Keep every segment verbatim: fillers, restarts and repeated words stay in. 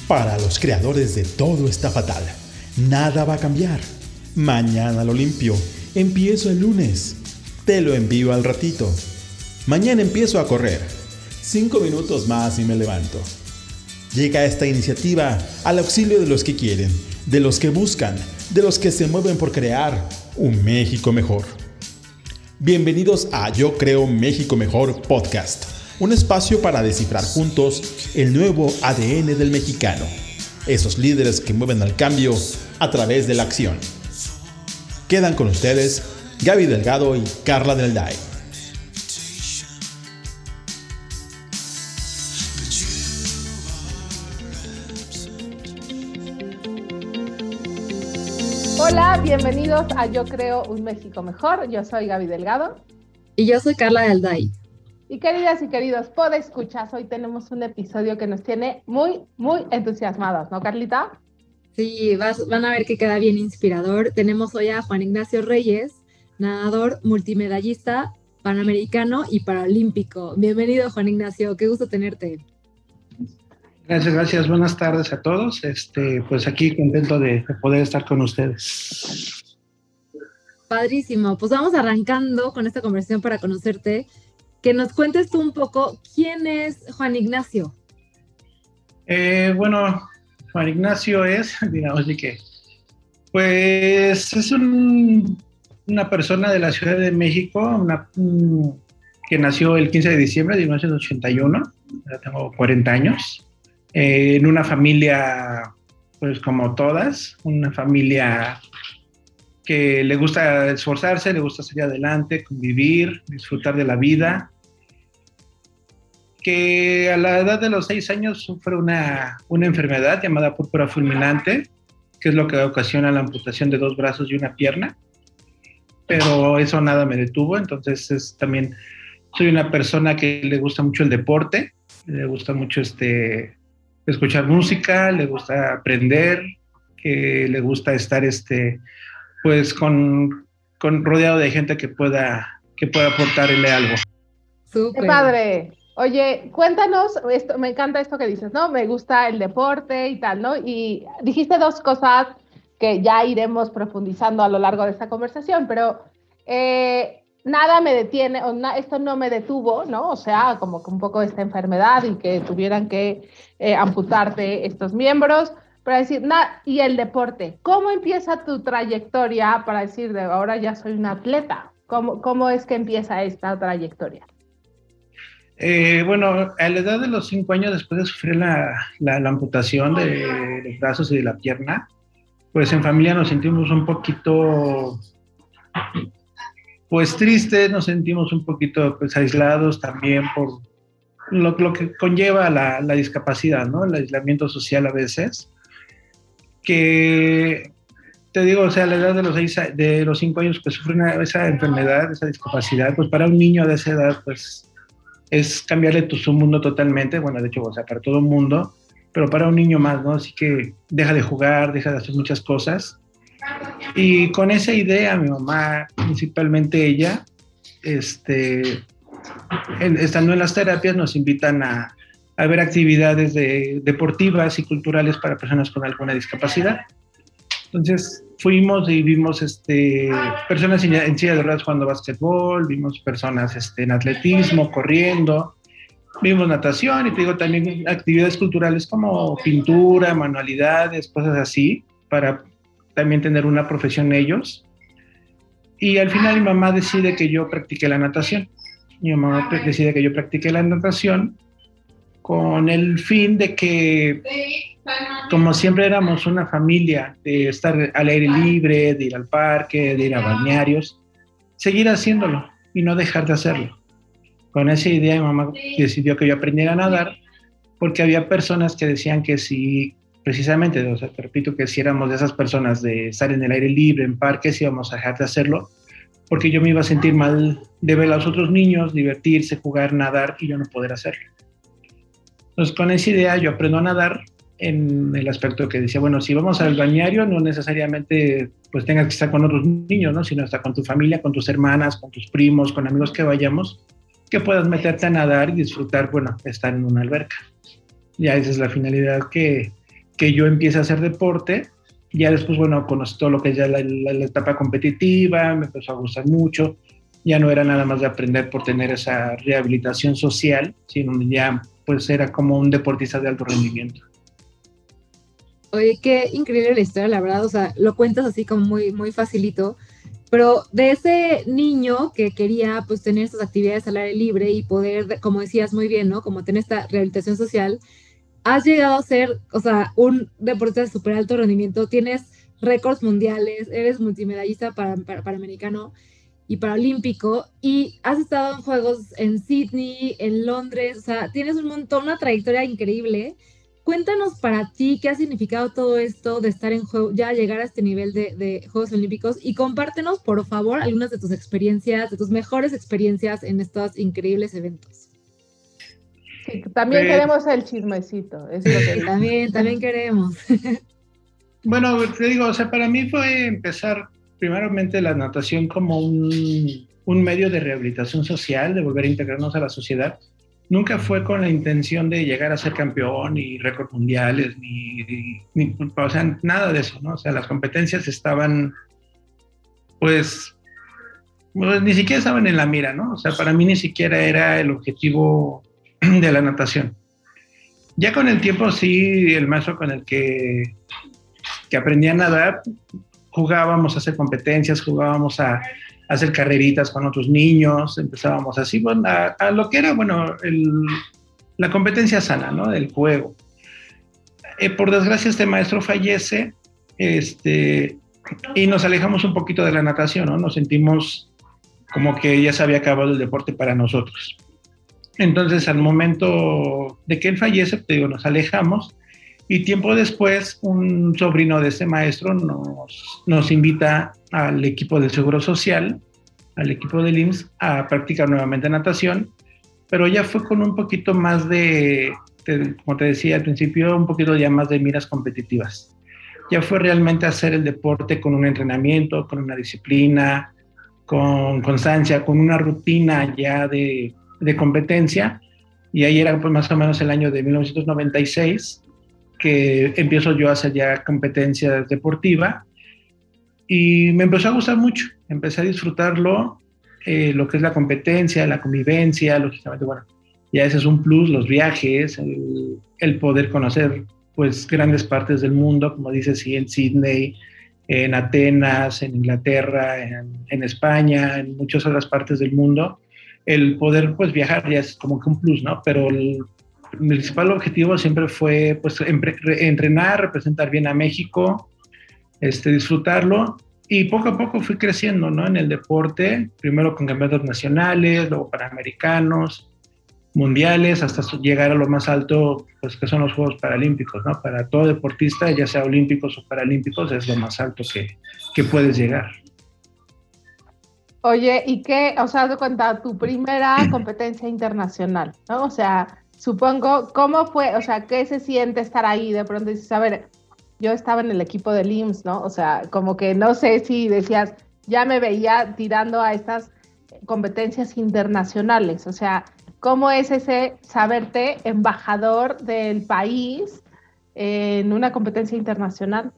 Para los creadores de Todo está fatal, nada va a cambiar. Mañana lo limpio, empiezo el lunes, te lo envío al ratito. Mañana empiezo a correr, cinco minutos más y me levanto. Llega esta iniciativa al auxilio de los que quieren, de los que buscan, de los que se mueven por crear un México mejor. Bienvenidos a Yo Creo México Mejor Podcast, un espacio para descifrar juntos el nuevo A D N del mexicano, esos líderes que mueven al cambio a través de la acción. Quedan con ustedes Gaby Delgado y Carla Del Day. Hola, bienvenidos a Yo Creo un México Mejor. Yo soy Gaby Delgado. Y yo soy Carla Del Day. Y queridas y queridos podescuchas, hoy tenemos un episodio que nos tiene muy, muy entusiasmados, ¿no, Carlita? Sí, vas, van a ver que queda bien inspirador. Tenemos hoy a Juan Ignacio Reyes, nadador, multimedallista, panamericano y paralímpico. Bienvenido, Juan Ignacio, qué gusto tenerte. Gracias, gracias. Buenas tardes a todos. Este, pues aquí contento de, de poder estar con ustedes. Padrísimo. Pues vamos arrancando con esta conversación para conocerte. Que nos cuentes tú un poco, ¿quién es Juan Ignacio? Eh, bueno, Juan Ignacio es, digamos de que, pues es un, una persona de la Ciudad de México, una, un, que nació el quince de diciembre de mil novecientos ochenta y uno, ya tengo cuarenta años, eh, en una familia, pues como todas, una familia que le gusta esforzarse, le gusta salir adelante, convivir, disfrutar de la vida, que a la edad de los seis años sufre una, una enfermedad llamada púrpura fulminante, que es lo que ocasiona la amputación de dos brazos y una pierna, pero eso nada me detuvo. Entonces es, también soy una persona que le gusta mucho el deporte, le gusta mucho este, escuchar música, le gusta aprender, que le gusta estar este, pues con, con rodeado de gente que pueda, que pueda aportarle algo. ¡Qué padre! Oye, cuéntanos, esto, me encanta esto que dices, ¿no? Me gusta el deporte y tal, ¿no? Y dijiste dos cosas que ya iremos profundizando a lo largo de esta conversación, pero eh, nada me detiene, o na, esto no me detuvo, ¿no? O sea, como que un poco esta enfermedad y que tuvieran que eh, amputarte estos miembros, para decir, nada, y el deporte, ¿cómo empieza tu trayectoria para decir, de ahora ya soy un atleta? ¿Cómo, cómo es que empieza esta trayectoria? Eh, bueno, a la edad de los cinco años, después de sufrir la, la, la amputación de los brazos y de la pierna, pues en familia nos sentimos un poquito, pues tristes, nos sentimos un poquito pues aislados también por lo, lo que conlleva la, la discapacidad, ¿no? El aislamiento social a veces, que te digo, o sea, a la edad de los, seis, de los cinco años, pues sufre una, esa enfermedad, esa discapacidad, pues para un niño de esa edad, pues es cambiarle tu, su mundo totalmente, bueno, de hecho, o sea, para todo el mundo, pero para un niño más, ¿no? Así que deja de jugar, deja de hacer muchas cosas. Y con esa idea, mi mamá, principalmente ella, este, en, estando en las terapias, nos invitan a, a ver actividades de, deportivas y culturales para personas con alguna discapacidad. Entonces fuimos y vimos este, personas en, en silla de ruedas jugando básquetbol, vimos personas este, en atletismo, corriendo, vimos natación y te digo también actividades culturales como pintura, manualidades, cosas así, para también tener una profesión ellos. Y al final mi mamá decide que yo practique la natación. Mi mamá decide que yo practique la natación con el fin de que, como siempre éramos una familia de estar al aire libre, de ir al parque, de ir a balnearios, seguir haciéndolo y no dejar de hacerlo. Con esa idea mi mamá decidió que yo aprendiera a nadar, porque había personas que decían que si, precisamente, o sea, te repito, que si éramos de esas personas de estar en el aire libre, en parques, íbamos a dejar de hacerlo, porque yo me iba a sentir mal de ver a los otros niños divertirse, jugar, nadar, y yo no poder hacerlo. Entonces, con esa idea yo aprendo a nadar en el aspecto que decía, bueno, si vamos al balneario, no necesariamente pues tengas que estar con otros niños, ¿no? Sino estar con tu familia, con tus hermanas, con tus primos, con amigos que vayamos, que puedas meterte a nadar y disfrutar, bueno, estar en una alberca. Ya esa es la finalidad que, que yo empiece a hacer deporte. Ya después, bueno, conocí todo lo que es ya la, la, la etapa competitiva, me empezó a gustar mucho. Ya no era nada más de aprender por tener esa rehabilitación social, sino ya pues era como un deportista de alto rendimiento. Oye, qué increíble la historia, la verdad, o sea, lo cuentas así como muy, muy facilito, pero de ese niño que quería pues tener estas actividades al aire libre y poder, como decías muy bien, ¿no? Como tener esta rehabilitación social, has llegado a ser, o sea, un deportista de súper alto rendimiento, tienes récords mundiales, eres multimedallista para, para, panamericano y paralímpico, y has estado en Juegos en Sydney, en Londres, o sea, tienes un montón, una trayectoria increíble. Cuéntanos para ti qué ha significado todo esto de estar en juego, ya llegar a este nivel de, de Juegos Olímpicos, y compártenos, por favor, algunas de tus experiencias, de tus mejores experiencias en estos increíbles eventos. Sí, también pues, queremos el chismecito. Es lo que también, también queremos. Bueno, te digo, o sea, para mí fue empezar primeramente la natación como un, un medio de rehabilitación social, de volver a integrarnos a la sociedad. Nunca fue con la intención de llegar a ser campeón, ni récords mundiales, ni, ni, o sea, nada de eso, ¿no? O sea, las competencias estaban, pues, pues, ni siquiera estaban en la mira, ¿no? O sea, para mí ni siquiera era el objetivo de la natación. Ya con el tiempo, sí, el maestro con el que, que aprendí a nadar, jugábamos a hacer competencias, jugábamos a hacer carreritas con otros niños, empezábamos así, bueno, a, a lo que era, bueno, el, la competencia sana, ¿no? Del juego. Eh, por desgracia, este maestro fallece, este, y nos alejamos un poquito de la natación, ¿no? Nos sentimos como que ya se había acabado el deporte para nosotros. Entonces, al momento de que él fallece, te digo, nos alejamos, y tiempo después, un sobrino de este maestro nos, nos invita al equipo del Seguro Social, al equipo del I M S S, a practicar nuevamente natación, pero ya fue con un poquito más de, de, como te decía al principio, un poquito ya más de miras competitivas. Ya fue realmente hacer el deporte con un entrenamiento, con una disciplina, con constancia, con una rutina ya de, de competencia, y ahí era pues más o menos el año de mil novecientos noventa y seis, que empiezo yo a hacer ya competencia deportiva, y me empezó a gustar mucho, empecé a disfrutarlo, eh, lo que es la competencia, la convivencia, lógicamente, bueno, ya ese es un plus, los viajes, el, el poder conocer pues grandes partes del mundo, como dices, sí, en Sydney, en Atenas, en Inglaterra, en, en España, en muchas otras partes del mundo, el poder pues viajar ya es como que un plus, ¿no? Pero el, el principal objetivo siempre fue pues entrenar, representar bien a México, este, disfrutarlo, y poco a poco fui creciendo, ¿no? En el deporte, primero con campeonatos nacionales, luego panamericanos, mundiales, hasta llegar a lo más alto, pues que son los Juegos Paralímpicos, ¿no? Para todo deportista, ya sea olímpicos o paralímpicos, es lo más alto que, que puedes llegar. Oye, ¿y qué, o sea, te cuenta tu primera competencia internacional, ¿no? O sea, supongo, ¿cómo fue, o sea, qué se siente estar ahí? De pronto dices, a ver, yo estaba en el equipo del I M S S, ¿no? O sea, como que no sé si decías, ya me veía tirando a estas competencias internacionales, o sea, ¿cómo es ese saberte embajador del país en una competencia internacional?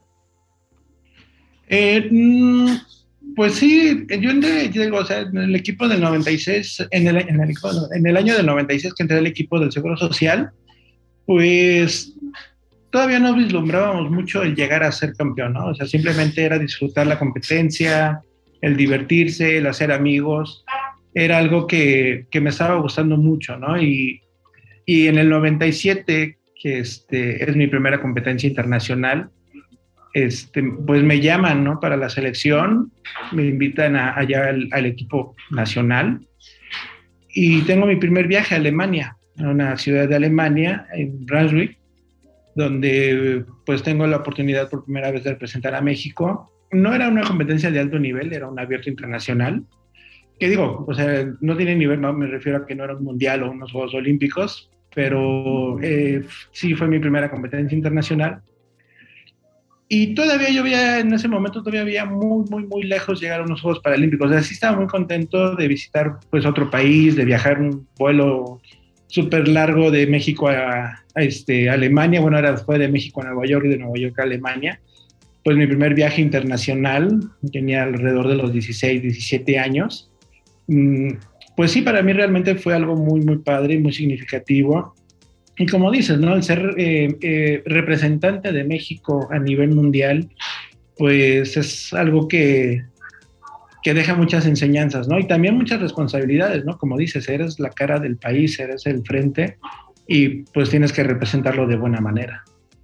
Eh, pues sí, yo entré, yo digo, o sea, en el equipo del noventa y seis, en el, en el, en el año del noventa y seis que entré al equipo del Seguro Social, pues todavía no vislumbrábamos mucho el llegar a ser campeón, ¿no? O sea, simplemente era disfrutar la competencia, el divertirse, el hacer amigos, era algo que, que me estaba gustando mucho, ¿no? Y, y en el noventa y siete, que este, es mi primera competencia internacional, este, pues me llaman, ¿no? Para la selección, me invitan a, allá al, al equipo nacional, y tengo mi primer viaje a Alemania, a una ciudad de Alemania, en Brunswick, donde pues tengo la oportunidad por primera vez de representar a México. No era una competencia de alto nivel, era un abierto internacional, que digo, o sea, no tiene nivel, no me refiero a que no era un mundial o unos Juegos Olímpicos, pero eh, sí fue mi primera competencia internacional. Y todavía yo veía, en ese momento todavía había muy, muy, muy lejos llegar a unos Juegos Paralímpicos. O sea, sí estaba muy contento de visitar pues otro país, de viajar un vuelo súper largo de México a, a este, Alemania, bueno, ahora fue de México a Nueva York y de Nueva York a Alemania. Pues mi primer viaje internacional, tenía alrededor de los dieciséis, diecisiete años. Pues sí, para mí realmente fue algo muy, muy padre y muy significativo. Y como dices, ¿no? El ser eh, eh, representante de México a nivel mundial, pues es algo que, que deja muchas enseñanzas, ¿no? Y también muchas responsabilidades, ¿no? Como dices, eres la cara del país, eres el frente y pues tienes que representarlo de buena manera.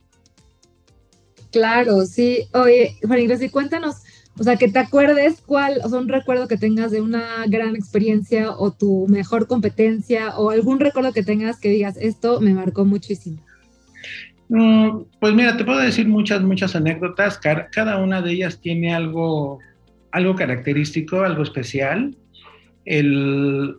Claro, sí. Oye, Juan Ignacio, cuéntanos, o sea, que te acuerdes cuál, o sea, un recuerdo que tengas de una gran experiencia o tu mejor competencia o algún recuerdo que tengas que digas, esto me marcó muchísimo. Mm, pues mira, te puedo decir muchas, muchas anécdotas. Cada una de ellas tiene algo, algo característico, algo especial. El...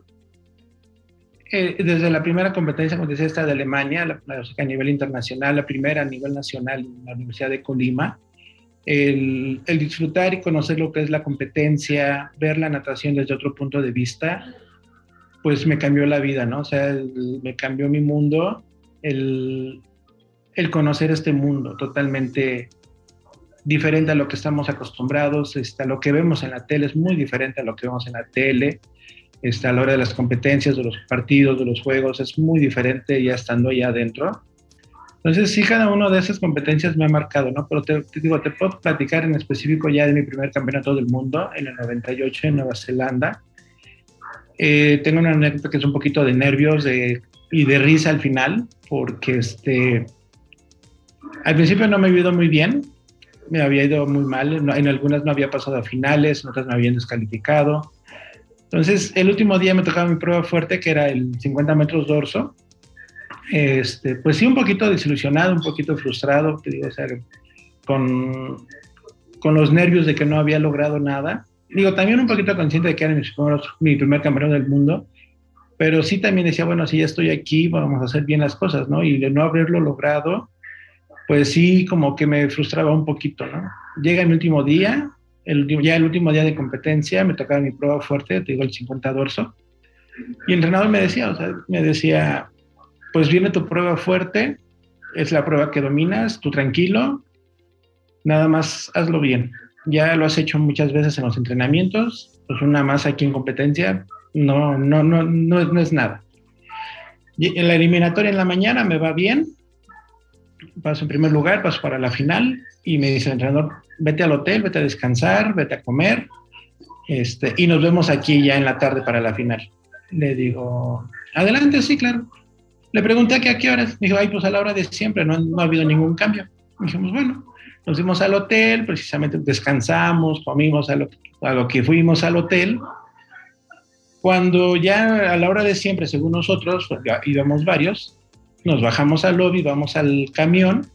Eh, desde la primera competencia, como decía, esta de Alemania, la, la, a nivel internacional, la primera a nivel nacional en la Universidad de Colima, el, el disfrutar y conocer lo que es la competencia, ver la natación desde otro punto de vista, pues me cambió la vida, ¿no? O sea, el, me cambió mi mundo, el, el conocer este mundo totalmente diferente a lo que estamos acostumbrados, este, a lo que vemos en la tele, es muy diferente a lo que vemos en la tele. Este, a la hora de las competencias, de los partidos, de los juegos, es muy diferente ya estando allá adentro. Entonces, sí, cada una de esas competencias me ha marcado, ¿no? Pero te, te digo, te puedo platicar en específico ya de mi primer campeonato del mundo, en el noventa y ocho, en Nueva Zelanda. Eh, tengo una anécdota que es un poquito de nervios de, y de risa al final, porque este, al principio no me había ido muy bien, me había ido muy mal, en, en algunas no había pasado a finales, en otras me habían descalificado. Entonces, el último día me tocaba mi prueba fuerte, que era el cincuenta metros dorso. Este, pues sí, un poquito desilusionado, un poquito frustrado, te digo, o sea, con, con los nervios de que no había logrado nada. Digo, también un poquito consciente de que era mi, mi primer campeón del mundo, pero sí también decía, bueno, si ya estoy aquí, vamos a hacer bien las cosas, ¿no? Y de no haberlo logrado, pues sí, como que me frustraba un poquito, ¿no? Llega mi último día, El, ya el último día de competencia, me tocaba mi prueba fuerte, te digo, el cincuenta dorso, y el entrenador me decía, o sea, me decía, pues viene tu prueba fuerte, es la prueba que dominas, tú tranquilo, nada más hazlo bien, ya lo has hecho muchas veces en los entrenamientos, pues una más aquí en competencia, no, no, no, no, no es nada. Y en la eliminatoria en la mañana me va bien, paso en primer lugar, paso para la final, y me dice el entrenador, vete al hotel, vete a descansar, vete a comer, este, y nos vemos aquí ya en la tarde para la final. Le digo, adelante, sí, claro. Le pregunté que a qué horas. Me dijo, ay, pues a la hora de siempre, no, no ha habido ningún cambio. Dijimos, bueno, nos fuimos al hotel, precisamente descansamos, comimos a lo, a lo que fuimos al hotel. Cuando ya a la hora de siempre, según nosotros, pues ya íbamos varios, nos bajamos al lobby, vamos al camión,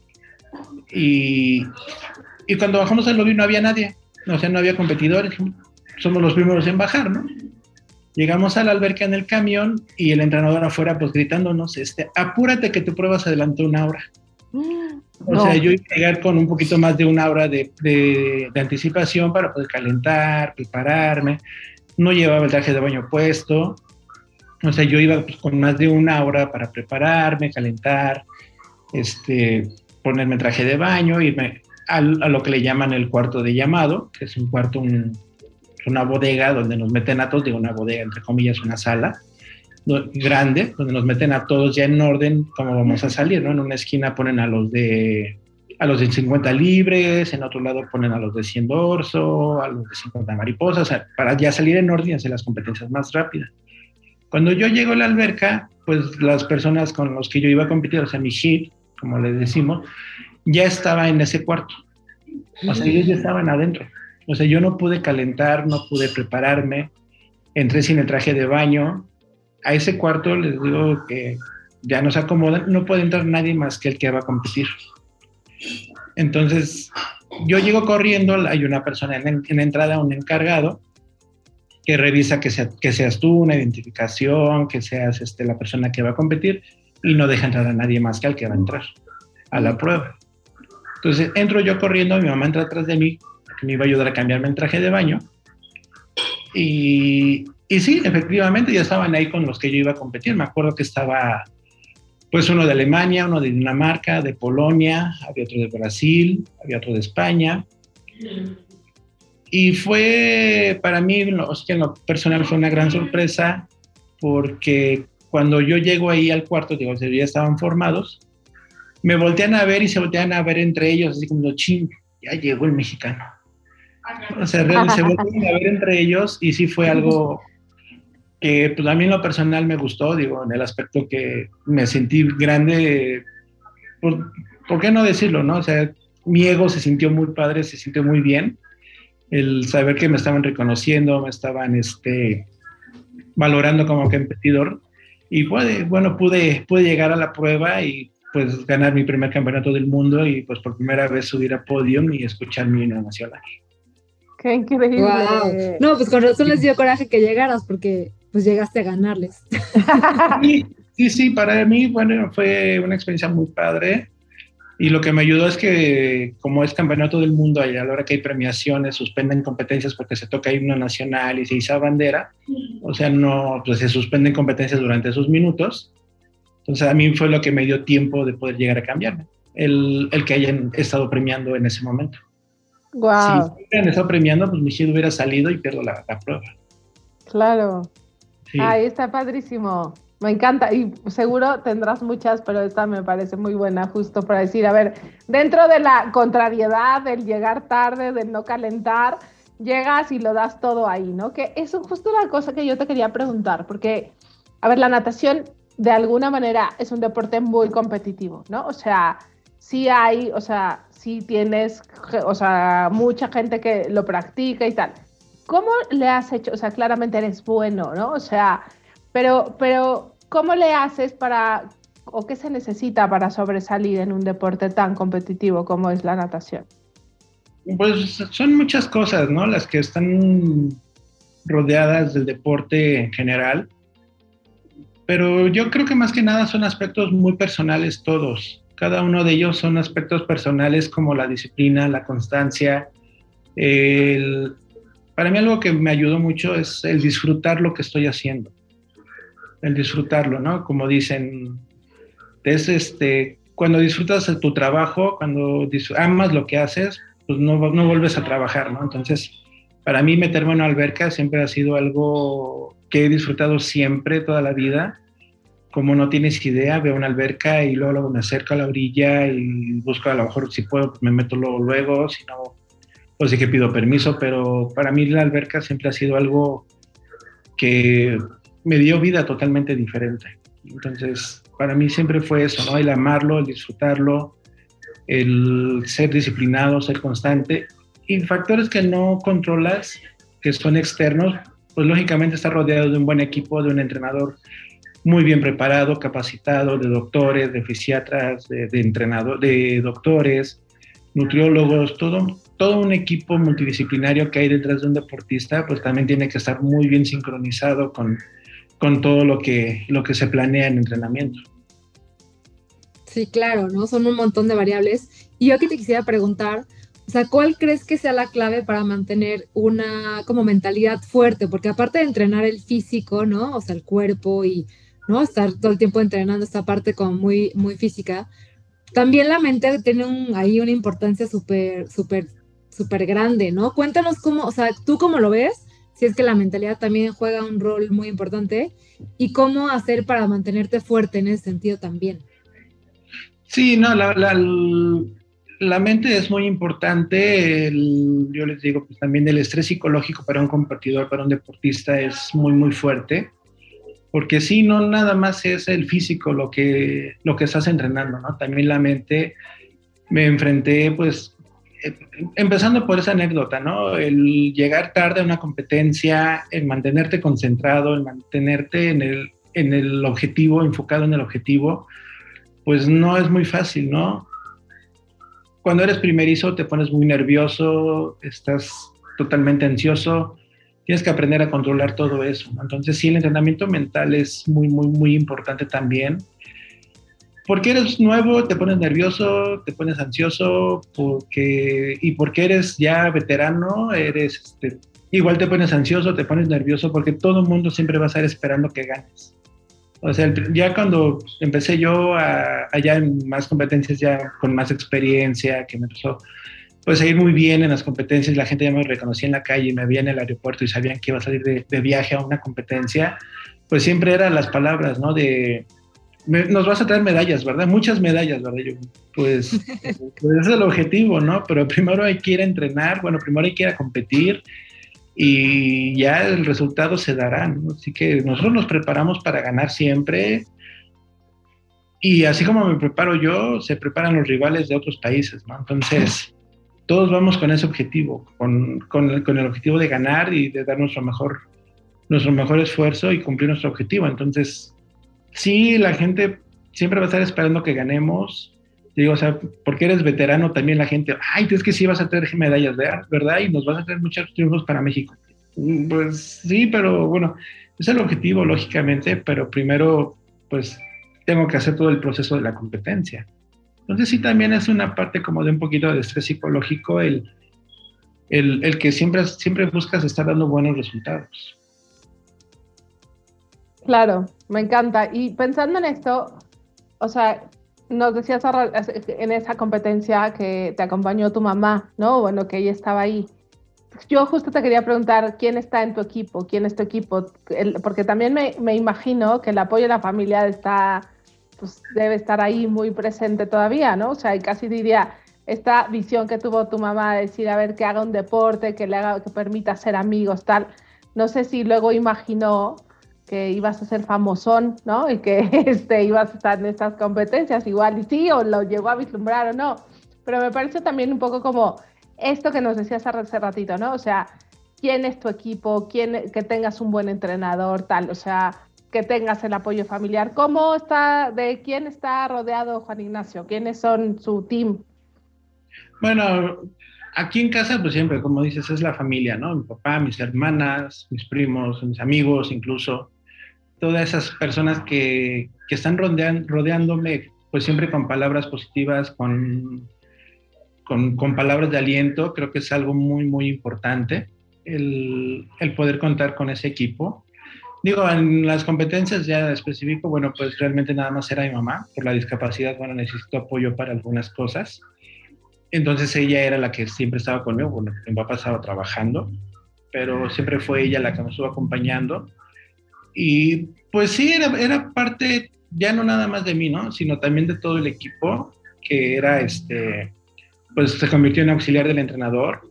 y, y cuando bajamos al lobby no había nadie, o sea, no había competidores, somos los primeros en bajar, ¿no? Llegamos a la alberca en el camión y el entrenador afuera pues gritándonos, este, apúrate que tu prueba se adelantó una hora. Mm, o no. sea, yo iba a llegar con un poquito más de una hora de, de, de anticipación para poder calentar, prepararme, no llevaba el traje de baño puesto, o sea, yo iba pues, con más de una hora para prepararme, calentar, este, ponerme el traje de baño, irme a, a lo que le llaman el cuarto de llamado, que es un cuarto, un, una bodega donde nos meten a todos, digo una bodega, entre comillas, una sala grande, donde nos meten a todos ya en orden cómo vamos a salir, ¿no? En una esquina ponen a los de a los de cincuenta libres, en otro lado ponen a los de cien dorso, a los de cincuenta mariposas, o sea, para ya salir en orden y hacer las competencias más rápidas. Cuando yo llego a la alberca, pues las personas con las que yo iba a competir, o sea, mi hit, como le decimos, ya estaba en ese cuarto. O sea, ellos ya estaban adentro. O sea, yo no pude calentar, no pude prepararme, entré sin el traje de baño. A ese cuarto les digo que ya nos acomodan, no puede entrar nadie más que el que va a competir. Entonces, yo llego corriendo, hay una persona en, en la entrada, un encargado, que revisa que, sea, que seas tú, una identificación, que seas este, la persona que va a competir, y no deja entrar a nadie más que al que va a entrar a la prueba. Entonces, entro yo corriendo, mi mamá entra atrás de mí, que me iba a ayudar a cambiarme el traje de baño, y, y sí, efectivamente ya estaban ahí con los que yo iba a competir. Me acuerdo que estaba pues uno de Alemania, uno de Dinamarca, de Polonia, había otro de Brasil, había otro de España. Y fue para mí, o sea, en lo personal fue una gran sorpresa, porque cuando yo llego ahí al cuarto, digo, ya estaban formados, me voltean a ver y se voltean a ver entre ellos, así como, ching, ya llegó el mexicano. O sea, realmente se voltean a ver entre ellos y sí fue algo que pues a mí en lo personal me gustó, digo, en el aspecto que me sentí grande, por, ¿por qué no decirlo, no? O sea, mi ego se sintió muy padre, se sintió muy bien, el saber que me estaban reconociendo, me estaban este, valorando como competidor, y pude, bueno, pude, pude llegar a la prueba y pues ganar mi primer campeonato del mundo y pues por primera vez subir a podium y escuchar mi himno nacional. ¡Qué increíble! Wow. No, pues con razón les dio coraje que llegaras, porque pues llegaste a ganarles. Sí, sí, sí, para mí, bueno, fue una experiencia muy padre. Y lo que me ayudó es que, como es campeonato del mundo, y a la hora que hay premiaciones, suspenden competencias porque se toca himno nacional y se iza bandera. O sea, no, pues se suspenden competencias durante esos minutos. Entonces, a mí fue lo que me dio tiempo de poder llegar a cambiarme. El, el que hayan estado premiando en ese momento. Wow. Si hubieran estado premiando, pues mi Michelle hubiera salido y pierdo la, la prueba. Claro. Sí. Ay, está padrísimo. Me encanta y seguro tendrás muchas, pero esta me parece muy buena justo para decir, a ver, dentro de la contrariedad, del llegar tarde, del no calentar, llegas y lo das todo ahí, ¿no? Que es justo la cosa que yo te quería preguntar, porque, a ver, la natación de alguna manera es un deporte muy competitivo, ¿no? O sea, sí hay, o sea, sí tienes, o sea, mucha gente que lo practica y tal. ¿Cómo le has hecho? O sea, claramente eres bueno, ¿no? O sea, pero, pero ¿cómo le haces para, o qué se necesita para sobresalir en un deporte tan competitivo como es la natación? Pues son muchas cosas, ¿no? Las que están rodeadas del deporte en general. Pero yo creo que más que nada son aspectos muy personales todos. Cada uno de ellos son aspectos personales como la disciplina, la constancia. El... Para mí algo que me ayudó mucho es el disfrutar lo que estoy haciendo. El disfrutarlo, ¿no? Como dicen, es este, cuando disfrutas de tu trabajo, cuando amas lo que haces, pues no, no vuelves a trabajar, ¿no? Entonces, para mí meterme en una alberca siempre ha sido algo que he disfrutado siempre, toda la vida. Como no tienes idea, veo una alberca y luego, luego me acerco a la orilla y busco a lo mejor si puedo, pues me meto luego, luego, si no, pues sí que pido permiso, pero para mí la alberca siempre ha sido algo que me dio vida totalmente diferente. Entonces, para mí siempre fue eso, ¿no? El amarlo, el disfrutarlo, el ser disciplinado, ser constante. Y factores que no controlas, que son externos, pues lógicamente estar rodeado de un buen equipo, de un entrenador muy bien preparado, capacitado, de doctores, de fisiatras, de, de entrenadores, de doctores, nutriólogos, todo, todo un equipo multidisciplinario que hay detrás de un deportista, pues también tiene que estar muy bien sincronizado con, con todo lo que, lo que se planea en entrenamiento. Sí, claro, ¿no? Son un montón de variables. Y yo aquí te quisiera preguntar, o sea, ¿cuál crees que sea la clave para mantener una como mentalidad fuerte? Porque aparte de entrenar el físico, ¿no? O sea, el cuerpo y, ¿no? Estar todo el tiempo entrenando esta parte como muy, muy física, también la mente tiene un, ahí una importancia súper, súper, súper grande, ¿no? Cuéntanos cómo, o sea, ¿tú cómo lo ves? Si es que la mentalidad también juega un rol muy importante, y cómo hacer para mantenerte fuerte en ese sentido también. Sí, no, la, la, la mente es muy importante. El, yo les digo, pues también el estrés psicológico para un competidor, para un deportista es muy, muy fuerte. Porque sí, no nada más es el físico lo que, lo que estás entrenando, ¿no? También la mente. Me enfrenté, pues, eh, empezando por esa anécdota, ¿no? El llegar tarde a una competencia, el mantenerte concentrado, el mantenerte en el, en el objetivo, enfocado en el objetivo, pues no es muy fácil, ¿no? Cuando eres primerizo te pones muy nervioso, estás totalmente ansioso, tienes que aprender a controlar todo eso, ¿no? Entonces sí, el entrenamiento mental es muy, muy, muy importante también. Porque eres nuevo, te pones nervioso, te pones ansioso, porque, y porque eres ya veterano, eres, este, igual te pones ansioso, te pones nervioso, porque todo el mundo siempre va a estar esperando que ganes. O sea, ya cuando empecé yo a, allá en más competencias, ya con más experiencia, que me empezó pues a ir muy bien en las competencias, la gente ya me reconocía en la calle, me veía en el aeropuerto y sabían que iba a salir de, de viaje a una competencia, pues siempre eran las palabras, ¿no? De, me, nos vas a traer medallas, ¿verdad? Muchas medallas, ¿verdad? Yo, pues, pues ese es el objetivo, ¿no? Pero primero hay que ir a entrenar, bueno, primero hay que ir a competir, y ya el resultado se dará, ¿no? Así que nosotros nos preparamos para ganar siempre, y así como me preparo yo, se preparan los rivales de otros países, ¿no? Entonces, todos vamos con ese objetivo, con, con, el, con el objetivo de ganar y de dar nuestro mejor, nuestro mejor esfuerzo y cumplir nuestro objetivo. Entonces, sí, la gente siempre va a estar esperando que ganemos. Digo, o sea, porque eres veterano también la gente, ay, es que sí vas a traer medallas, ¿verdad? Y nos vas a traer muchos triunfos para México. Pues sí, pero bueno, es el objetivo, lógicamente, pero primero, pues, tengo que hacer todo el proceso de la competencia. Entonces sí, también es una parte como de un poquito de estrés psicológico el, el, el que siempre, siempre buscas estar dando buenos resultados. Claro, me encanta. Y pensando en esto, o sea, nos decías en esa competencia que te acompañó tu mamá, ¿no? Bueno, que ella estaba ahí. Yo justo te quería preguntar, ¿quién está en tu equipo? ¿Quién es tu equipo? El, porque también me, me imagino que el apoyo de la familia está, pues, debe estar ahí muy presente todavía, ¿no? O sea, y casi diría, esta visión que tuvo tu mamá de decir, a ver, que haga un deporte, que le haga, que permita ser amigos, tal. No sé si luego imaginó que ibas a ser famosón, ¿no? Y que este, ibas a estar en estas competencias, igual y sí, o lo llegó a vislumbrar o no. Pero me parece también un poco como esto que nos decías hace ratito, ¿no? O sea, ¿quién es tu equipo? ¿Quién, que tengas un buen entrenador, tal? O sea, que tengas el apoyo familiar. ¿Cómo está, de quién está rodeado Juan Ignacio? ¿Quiénes son su team? Bueno, aquí en casa, pues siempre, como dices, es la familia, ¿no? Mi papá, mis hermanas, mis primos, mis amigos, incluso. Todas esas personas que, que están rodean, rodeándome, pues siempre con palabras positivas, con, con, con palabras de aliento, creo que es algo muy, muy importante, el, el poder contar con ese equipo. Digo, en las competencias ya específico, bueno, pues realmente nada más era mi mamá, por la discapacidad, bueno, necesito apoyo para algunas cosas. Entonces ella era la que siempre estaba conmigo, bueno, mi papá estaba trabajando, pero siempre fue ella la que me estuvo acompañando. Y pues sí, era, era parte ya no nada más de mí, ¿no? Sino también de todo el equipo, que era, este, pues se convirtió en auxiliar del entrenador.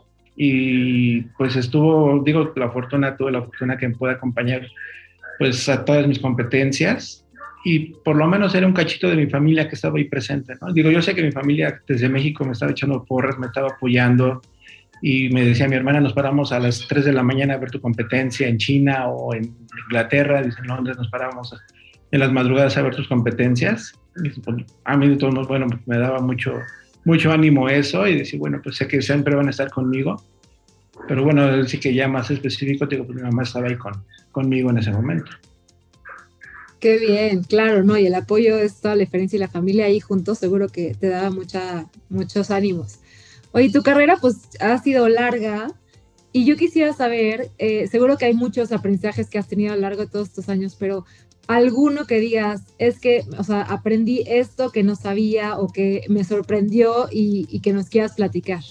Y pues estuvo, digo, la fortuna, tuve la fortuna que me pueda acompañar pues a todas mis competencias. Y por lo menos era un cachito de mi familia que estaba ahí presente, ¿no? Digo, yo sé que mi familia desde México me estaba echando porras, me estaba apoyando, y me decía mi hermana, nos paramos a las tres de la mañana a ver tu competencia en China o en Inglaterra, dice, en Londres nos paramos en las madrugadas a ver tus competencias. Y dice, pues, a mí de todos modos, bueno, me daba mucho, mucho ánimo eso, y decía, bueno, pues sé que siempre van a estar conmigo, pero bueno, sí que ya más específico, digo, pues mi mamá estaba ahí con, conmigo en ese momento. Qué bien, claro, ¿no? Y el apoyo es toda la diferencia, y la familia ahí juntos seguro que te daba mucha, muchos ánimos. Oye, tu carrera pues ha sido larga, y yo quisiera saber, eh, seguro que hay muchos aprendizajes que has tenido a lo largo de todos estos años, pero alguno que digas, es que, o sea, aprendí esto que no sabía o que me sorprendió y, y que nos quieras platicar.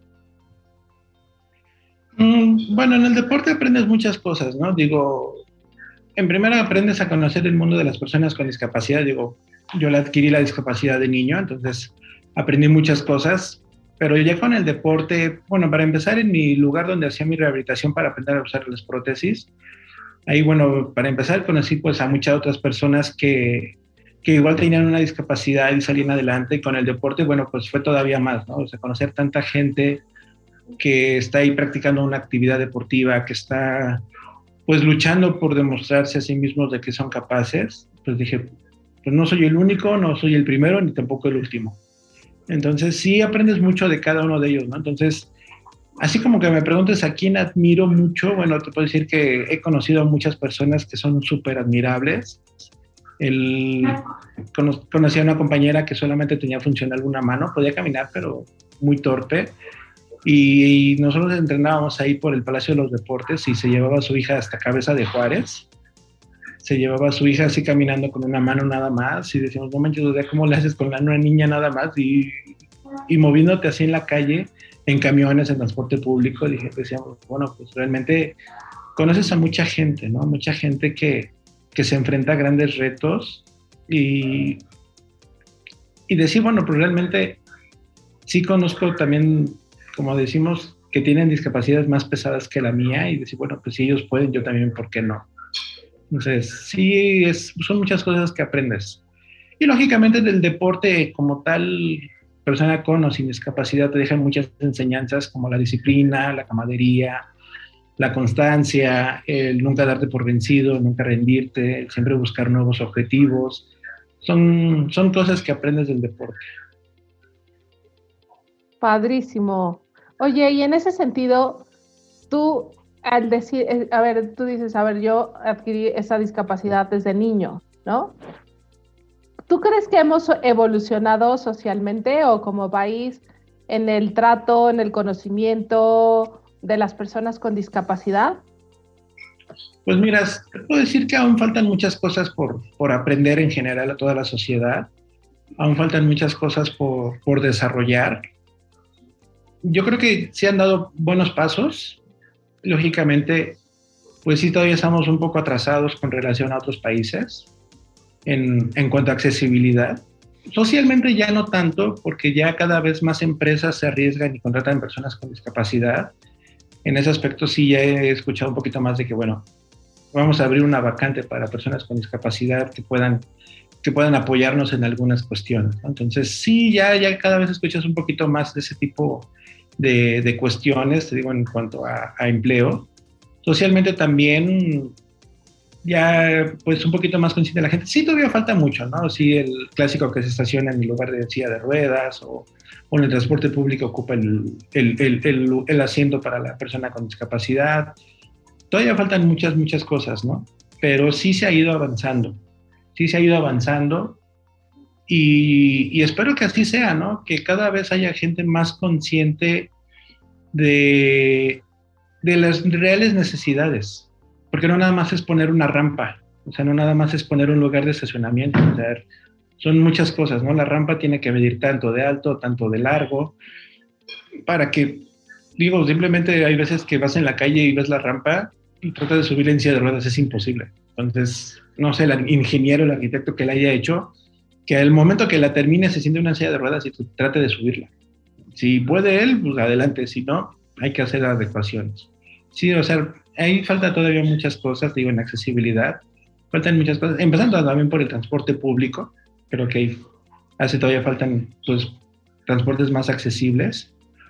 Mm, bueno, en el deporte aprendes muchas cosas, ¿no? Digo, en primera aprendes a conocer el mundo de las personas con discapacidad. Digo, yo la adquirí la discapacidad de niño, entonces aprendí muchas cosas. Pero ya con el deporte, bueno, para empezar, en mi lugar donde hacía mi rehabilitación para aprender a usar las prótesis, ahí, bueno, para empezar conocí pues a muchas otras personas que, que igual tenían una discapacidad y salían adelante, y con el deporte, bueno, pues fue todavía más, ¿no? O sea, conocer tanta gente que está ahí practicando una actividad deportiva, que está pues luchando por demostrarse a sí mismos de que son capaces, pues dije, pues no soy el único, no soy el primero, ni tampoco el último. Entonces sí aprendes mucho de cada uno de ellos, ¿no? Entonces, así como que me preguntes a quién admiro mucho, bueno, te puedo decir que he conocido a muchas personas que son súper admirables. El, cono, conocí a una compañera que solamente tenía funcional una mano, podía caminar, pero muy torpe. Y, y nosotros entrenábamos ahí por el Palacio de los Deportes y se llevaba a su hija hasta Cabeza de Juárez. Se llevaba a su hija así caminando con una mano nada más y decíamos, no manches, o sea, ¿cómo le haces con una niña nada más? Y, y moviéndote así en la calle, en camiones, en transporte público, dije, decíamos, bueno, pues realmente conoces a mucha gente, ¿no? Mucha gente que, que se enfrenta a grandes retos y, y decir, bueno, pues realmente sí conozco también, como decimos, que tienen discapacidades más pesadas que la mía y decir, bueno, pues si ellos pueden, yo también, ¿por qué no? Entonces, sí, es, son muchas cosas que aprendes. Y lógicamente del deporte como tal, persona con o sin discapacidad te dejan muchas enseñanzas como la disciplina, la camaradería, la constancia, el nunca darte por vencido, nunca rendirte, el siempre buscar nuevos objetivos. Son, son cosas que aprendes del deporte. Padrísimo. Oye, y en ese sentido, tú al decir, a ver, tú dices, a ver, yo adquirí esa discapacidad desde niño, ¿no? ¿Tú crees que hemos evolucionado socialmente o como país en el trato, en el conocimiento de las personas con discapacidad? Pues mira, te puedo decir que aún faltan muchas cosas por, por aprender en general a toda la sociedad. Aún faltan muchas cosas por, por desarrollar. Yo creo que sí han dado buenos pasos. Lógicamente, pues sí todavía estamos un poco atrasados con relación a otros países en, en cuanto a accesibilidad. Socialmente ya no tanto, porque ya cada vez más empresas se arriesgan y contratan personas con discapacidad. En ese aspecto sí ya he escuchado un poquito más de que, bueno, vamos a abrir una vacante para personas con discapacidad que puedan, que puedan apoyarnos en algunas cuestiones, ¿no? Entonces sí, ya, ya cada vez escuchas un poquito más de ese tipo de, de cuestiones, te digo, en cuanto a, a empleo. Socialmente también ya pues un poquito más consciente la gente. Sí, todavía falta mucho, ¿no? Sí, el clásico que se estaciona en el lugar de silla de ruedas o, o en el transporte público ocupa el, el, el, el, el asiento para la persona con discapacidad. Todavía faltan muchas, muchas cosas, ¿no? Pero sí se ha ido avanzando. Sí se ha ido avanzando y, y espero que así sea, ¿no? Que cada vez haya gente más consciente de, de las reales necesidades. Porque no nada más es poner una rampa, o sea, no nada más es poner un lugar de estacionamiento, o sea, son muchas cosas, ¿no? La rampa tiene que medir tanto de alto, tanto de largo, para que, digo, simplemente hay veces que vas en la calle y ves la rampa y tratas de subir en silla de ruedas, es imposible. Entonces, no sé, el ingeniero, el arquitecto que la haya hecho, que al momento que la termine se siente una silla de ruedas y trate de subirla. Si puede él, pues adelante, si no, hay que hacer adecuaciones. Sí, o sea, ahí falta todavía muchas cosas, digo, en accesibilidad, faltan muchas cosas, empezando también por el transporte público, creo que ahí hace todavía faltan, pues, transportes más accesibles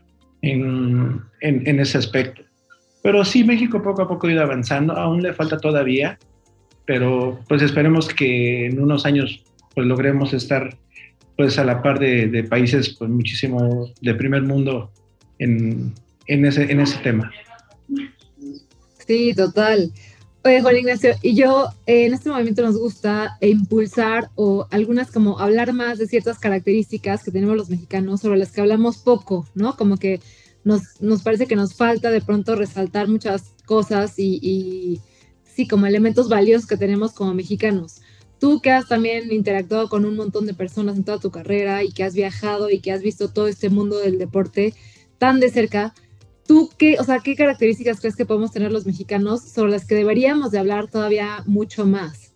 en, en, en ese aspecto. Pero sí, México poco a poco ha ido avanzando, aún le falta todavía, pero pues esperemos que en unos años pues logremos estar pues a la par de, de países pues muchísimo de primer mundo en, en, ese, en ese tema. Sí, total. Oye, Juan Ignacio, y yo eh, en este movimiento nos gusta impulsar o algunas como hablar más de ciertas características que tenemos los mexicanos sobre las que hablamos poco, ¿no? Como que nos, nos parece que nos falta de pronto resaltar muchas cosas y, y sí, como elementos valiosos que tenemos como mexicanos. Tú que has también interactuado con un montón de personas en toda tu carrera y que has viajado y que has visto todo este mundo del deporte tan de cerca, ¿tú qué, o sea, qué características crees que podemos tener los mexicanos sobre las que deberíamos de hablar todavía mucho más?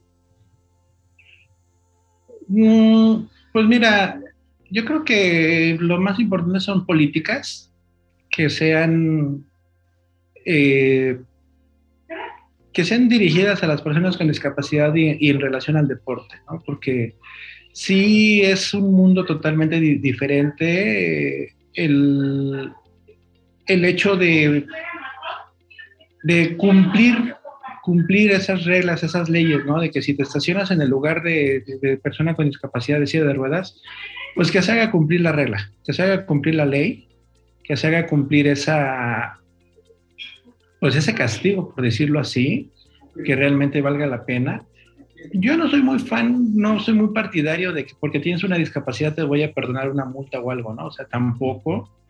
Mm, pues mira, yo creo que lo más importante son políticas que sean eh, que sean dirigidas a las personas con discapacidad y, y en relación al deporte, ¿no? Porque sí es un mundo totalmente di- diferente eh, el, el hecho de, de cumplir, cumplir esas reglas, esas leyes, ¿no? De que si te estacionas en el lugar de, de, de persona con discapacidad de silla de ruedas, pues que se haga cumplir la regla, que se haga cumplir la ley, que se haga cumplir esa... pues ese castigo, por decirlo así, que realmente valga la pena. Yo no soy muy fan, no soy muy partidario de que porque tienes una discapacidad te voy a perdonar una multa o algo, ¿no? O sea, tampoco,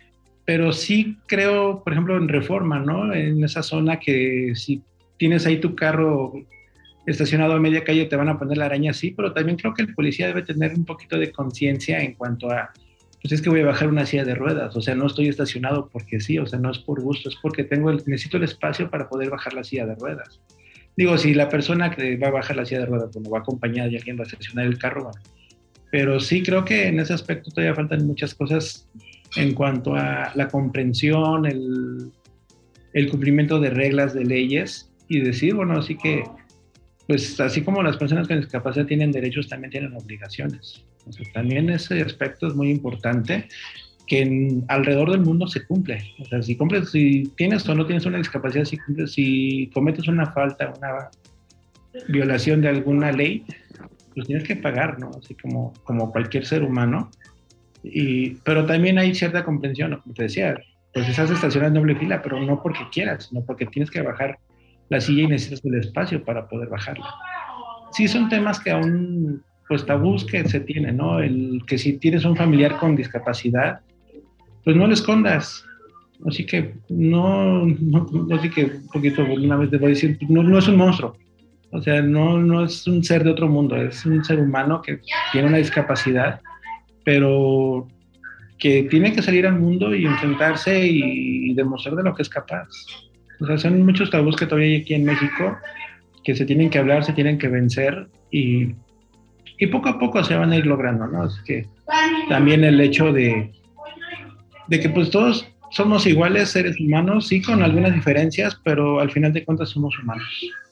pero sí creo, por ejemplo, en Reforma, ¿no? En esa zona que si tienes ahí tu carro estacionado a media calle te van a poner la araña, sí, pero también creo que el policía debe tener un poquito de conciencia en cuanto a, pues es que voy a bajar una silla de ruedas, o sea, no estoy estacionado porque sí, o sea, no es por gusto, es porque tengo el, necesito el espacio para poder bajar la silla de ruedas. Digo, si la persona que va a bajar la silla de ruedas, bueno, va acompañada y alguien va a estacionar el carro, bueno, pero sí creo que en ese aspecto todavía faltan muchas cosas en cuanto a la comprensión, el, el cumplimiento de reglas, de leyes, y decir, bueno, así que pues así como las personas con discapacidad tienen derechos, también tienen obligaciones. O sea, también ese aspecto es muy importante, que en, alrededor del mundo se cumple. O sea, si cumples, si tienes o no tienes una discapacidad, si, cumples, si cometes una falta, una violación de alguna ley, pues tienes que pagar, ¿no? Así como, como cualquier ser humano. Y, pero también hay cierta comprensión, como te decía, pues estás estacionado en doble fila, pero no porque quieras, sino porque tienes que bajar la silla y necesitas el espacio para poder bajarla. Sí, son temas que aún, pues tabús que se tienen, ¿no? El que si tienes un familiar con discapacidad, pues no lo escondas. Así que no, no, no así que un poquito, una vez te voy a decir, no, no es un monstruo. O sea, no, no es un ser de otro mundo, es un ser humano que tiene una discapacidad, pero que tiene que salir al mundo y enfrentarse y, y demostrar de lo que es capaz. O sea, son muchos tabús que todavía hay aquí en México que se tienen que hablar, se tienen que vencer y, y poco a poco se van a ir logrando, ¿no? Así que también el hecho de, de que pues todos somos iguales seres humanos, sí con algunas diferencias, pero al final de cuentas somos humanos.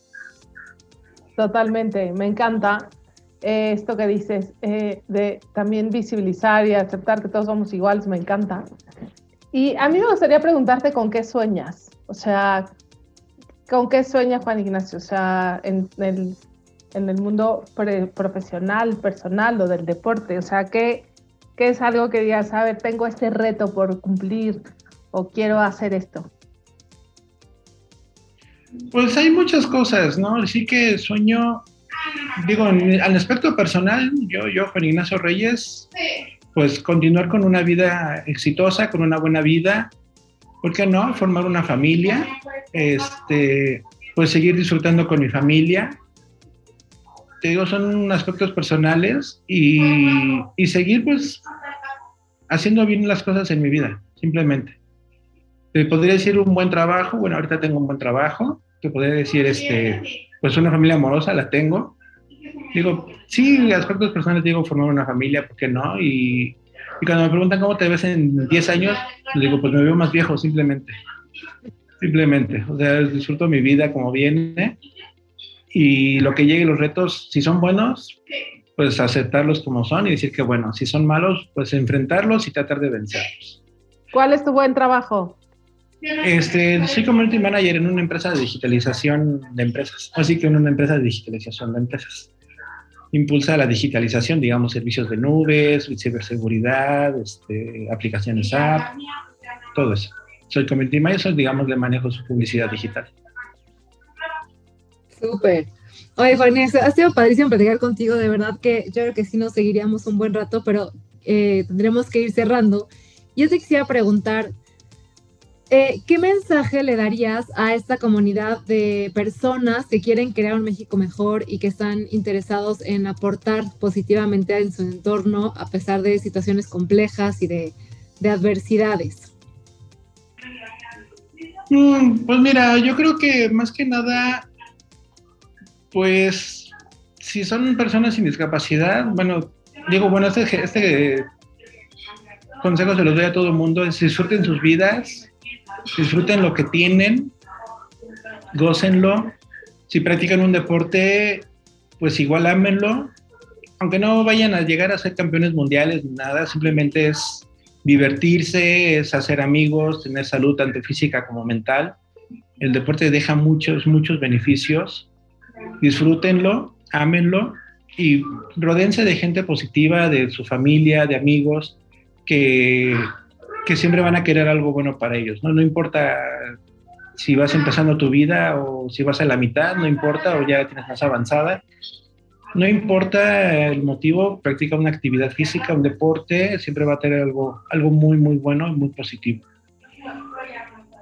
Totalmente, me encanta eh, esto que dices, eh, de también visibilizar y aceptar que todos somos iguales, me encanta. Y a mí me gustaría preguntarte con qué sueñas, o sea, ¿con qué sueña Juan Ignacio? O sea, en el, en el mundo pre- profesional, personal o del deporte, o sea, ¿qué, qué es algo que digas, a ver, tengo este reto por cumplir o quiero hacer esto? Pues hay muchas cosas, ¿no? Sí que sueño, digo, en, al aspecto personal, yo, yo, Juan Ignacio Reyes, pues continuar con una vida exitosa, con una buena vida, ¿por qué no? Formar una familia, este, pues seguir disfrutando con mi familia. Te digo, son aspectos personales y, y seguir pues haciendo bien las cosas en mi vida, simplemente. Te podría decir un buen trabajo, bueno, ahorita tengo un buen trabajo, te podría decir, este, pues una familia amorosa, la tengo. Digo, sí, aspectos personales, digo, formar una familia, ¿por qué no? Y, y cuando me preguntan cómo te ves en diez años, les digo, pues me veo más viejo, simplemente. Simplemente, o sea, disfruto mi vida como viene y lo que llegue, los retos, si son buenos, pues aceptarlos como son y decir que bueno, si son malos, pues enfrentarlos y tratar de vencerlos. ¿Cuál es tu buen trabajo? Este, soy community manager en una empresa de digitalización de empresas, así que en una empresa de digitalización de empresas. Impulsa la digitalización, digamos, servicios de nubes, ciberseguridad, este, aplicaciones app, todo eso. Soy community manager, digamos, le manejo su publicidad digital. Súper. Oye, Juan Ignacio, ha sido padrísimo platicar contigo, de verdad que yo creo que sí nos seguiríamos un buen rato, pero eh, tendremos que ir cerrando. Yo te quisiera preguntar, eh, ¿qué mensaje le darías a esta comunidad de personas que quieren crear un México mejor y que están interesados en aportar positivamente en su entorno a pesar de situaciones complejas y de, de adversidades? Mm, pues mira, yo creo que más que nada, pues si son personas sin discapacidad, bueno, digo, bueno, este, este consejo se los doy a todo el mundo, es disfruten sus vidas, disfruten lo que tienen, gócenlo. Si practican un deporte, pues igual ámenlo, aunque no vayan a llegar a ser campeones mundiales ni nada, simplemente es divertirse, es hacer amigos, tener salud tanto física como mental. El deporte deja muchos, muchos beneficios. Disfrútenlo, ámenlo y rodéense de gente positiva, de su familia, de amigos, que, que siempre van a querer algo bueno para ellos, ¿no? No importa si vas empezando tu vida o si vas a la mitad, no importa, o ya tienes más avanzada. No importa el motivo, practica una actividad física, un deporte, siempre va a tener algo, algo muy, muy bueno y muy positivo.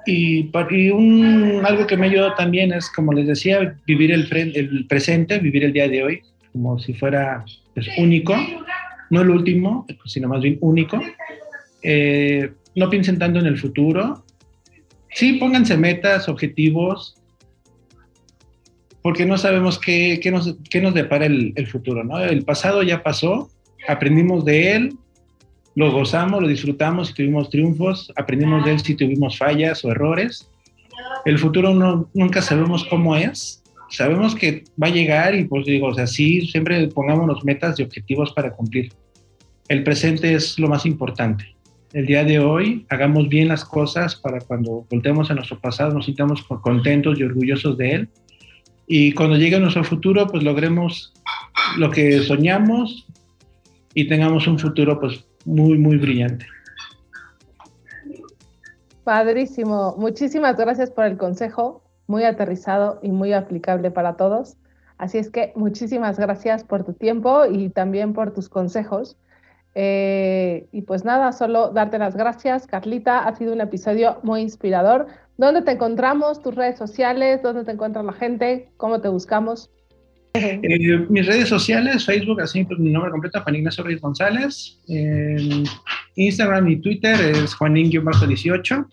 Y, y un, algo que me ayudó también es, como les decía, vivir el, el presente, vivir el día de hoy, como si fuera pues, único, no el último, sino más bien único. Eh, no piensen tanto en el futuro. Sí, pónganse metas, objetivos, porque no sabemos qué, qué, nos, qué nos depara el, el futuro, ¿no? El pasado ya pasó, aprendimos de él, lo gozamos, lo disfrutamos si tuvimos triunfos, aprendimos de él si tuvimos fallas o errores. El futuro no, nunca sabemos cómo es, sabemos que va a llegar y pues digo, o sea, sí, siempre pongámonos metas y objetivos para cumplir. El presente es lo más importante. El día de hoy, hagamos bien las cosas para cuando volteemos a nuestro pasado nos sintamos contentos y orgullosos de él. Y cuando llegue nuestro futuro, pues logremos lo que soñamos y tengamos un futuro pues muy, muy brillante. Padrísimo. Muchísimas gracias por el consejo, muy aterrizado y muy aplicable para todos. Así es que muchísimas gracias por tu tiempo y también por tus consejos. Eh, y pues nada, solo darte las gracias, Carlita. Ha sido un episodio muy inspirador. ¿Dónde te encontramos? ¿Tus redes sociales? ¿Dónde te encuentra la gente? ¿Cómo te buscamos? Eh, mis redes sociales, Facebook, así pues, mi nombre completo, Juan Ignacio Reyes González. En Instagram y Twitter es Juanín dieciocho.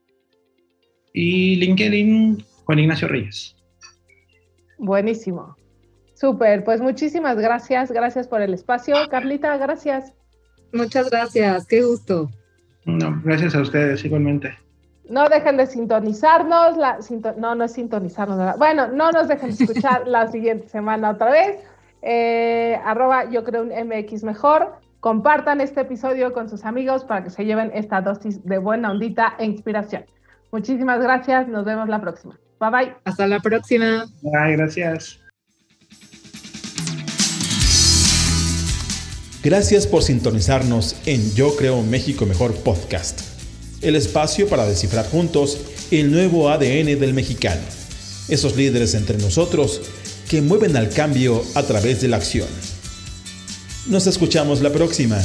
Y LinkedIn, Juan Ignacio Reyes. Buenísimo. Súper, pues muchísimas gracias. Gracias por el espacio. Carlita, gracias. Muchas gracias, qué gusto. No, gracias a ustedes igualmente. No dejen de sintonizarnos, la, sinto, no, no es sintonizarnos, ¿verdad? Bueno, no nos dejen de escuchar la siguiente semana otra vez, eh, arroba yo creo un M X mejor, compartan este episodio con sus amigos para que se lleven esta dosis de buena ondita e inspiración. Muchísimas gracias, nos vemos la próxima. Bye bye. Hasta la próxima. Bye, gracias. Gracias por sintonizarnos en Yo Creo México Mejor Podcast, el espacio para descifrar juntos el nuevo A D N del mexicano, esos líderes entre nosotros que mueven al cambio a través de la acción. Nos escuchamos la próxima.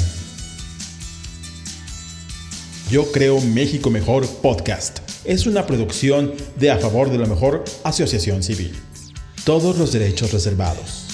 Yo Creo México Mejor Podcast es una producción de A Favor de lo Mejor Asociación Civil. Todos los derechos reservados.